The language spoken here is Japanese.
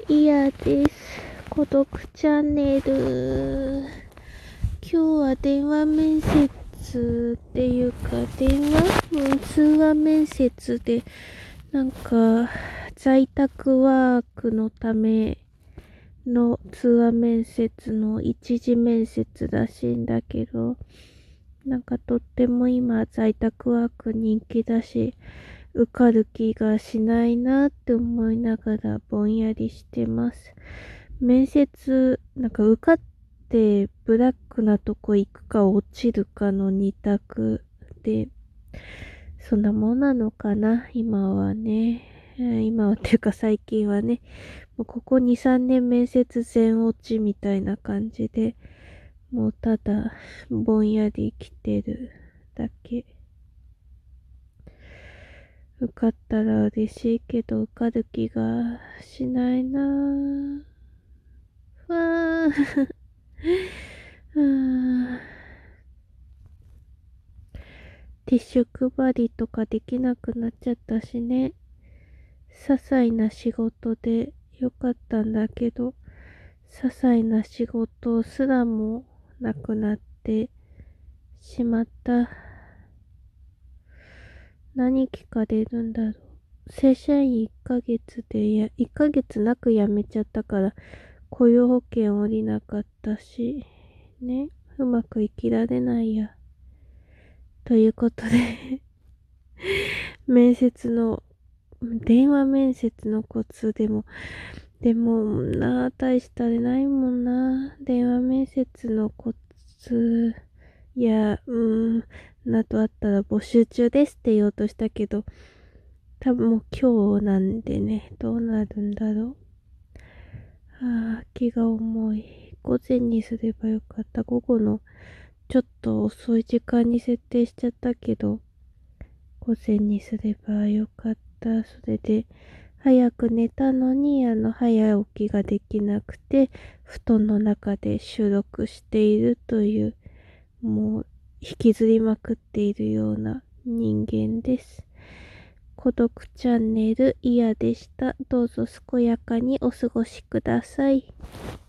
いやです。孤独チャンネル。今日は電話面接っていうか、通話面接で、在宅ワークのための通話面接の一次面接らしいんだけど、とっても今在宅ワーク人気だし、受かる気がしないなって思いながらぼんやりしてます。面接、受かってブラックなとこ行くか落ちるかの二択で、そんなもんなのかな、今はね。今はっていうか最近はね、もうここ2、3年面接全落ちみたいな感じで、もうただぼんやり来てるだけ。受かったら嬉しいけど、受かる気がしないなぁ。わーティッシュ配りとかできなくなっちゃったしね。些細な仕事でよかったんだけど、些細な仕事すらもなくなってしまった。何聞かれるんだろう。正社員1ヶ月で1ヶ月なく辞めちゃったから雇用保険降りなかったし、ね、うまく生きられないや。ということで電話面接のコツでも大したでないもんな。電話面接のコツ、いや、などあったら募集中ですって言おうとしたけど、多分もう今日なんでね、どうなるんだろう。気が重い。午前にすればよかった。午後のちょっと遅い時間に設定しちゃったけど、午前にすればよかった。それで、早く寝たのに、早起きができなくて、布団の中で収録しているという、もう、引きずりまくっているような人間です。孤独チャンネル、いやでした。どうぞ健やかにお過ごしください。